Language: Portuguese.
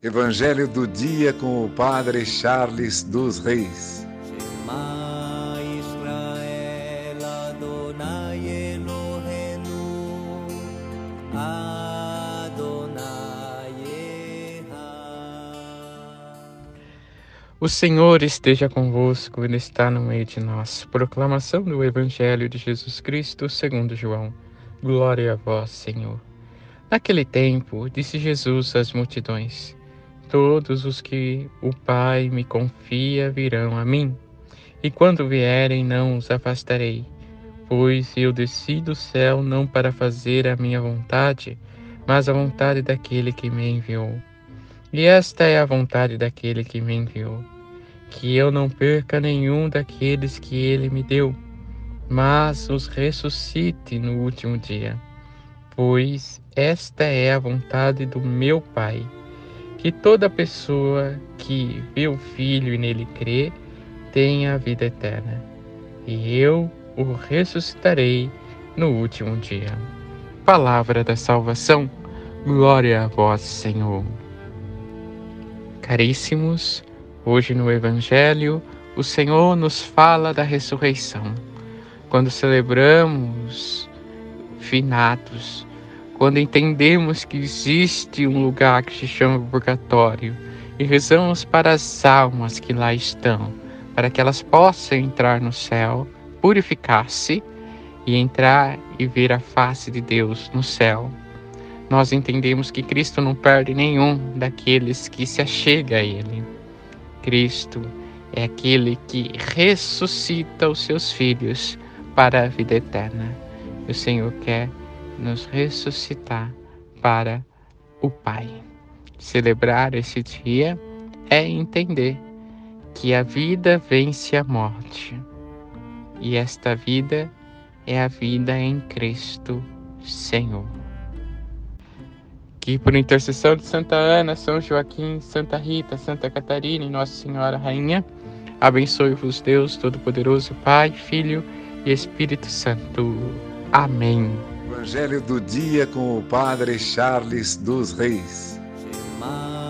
Evangelho do dia com o Padre Charles dos Reis. Shema Israel Adonai Eloheinu Adonai Echad. O Senhor esteja convosco, Ele está no meio de nós. Proclamação do Evangelho de Jesus Cristo segundo João. Glória a vós, Senhor. Naquele tempo, disse Jesus às multidões: todos os que o Pai me confia virão a mim, e quando vierem não os afastarei, pois eu desci do céu não para fazer a minha vontade, mas a vontade daquele que me enviou. E esta é a vontade daquele que me enviou, que eu não perca nenhum daqueles que ele me deu, mas os ressuscite no último dia. Pois esta é a vontade do meu Pai, que toda pessoa que vê o Filho e nele crê, tenha a vida eterna, e eu o ressuscitarei no último dia. Palavra da salvação, glória a vós, Senhor. Caríssimos, hoje no Evangelho, o Senhor nos fala da ressurreição. Quando celebramos finados, quando entendemos que existe um lugar que se chama purgatório e rezamos para as almas que lá estão, para que elas possam entrar no céu, purificar-se e entrar e ver a face de Deus no céu, nós entendemos que Cristo não perde nenhum daqueles que se achega a Ele. Cristo é aquele que ressuscita os seus filhos para a vida eterna. O Senhor quer nos ressuscitar para o Pai. Celebrar esse dia é entender que a vida vence a morte. E esta vida é a vida em Cristo Senhor. Que por intercessão de Santa Ana, São Joaquim, Santa Rita, Santa Catarina e Nossa Senhora Rainha, abençoe-vos Deus Todo-Poderoso, Pai, Filho e Espírito Santo. Amém. Evangelho do dia com o Padre Charles dos Reis. Shema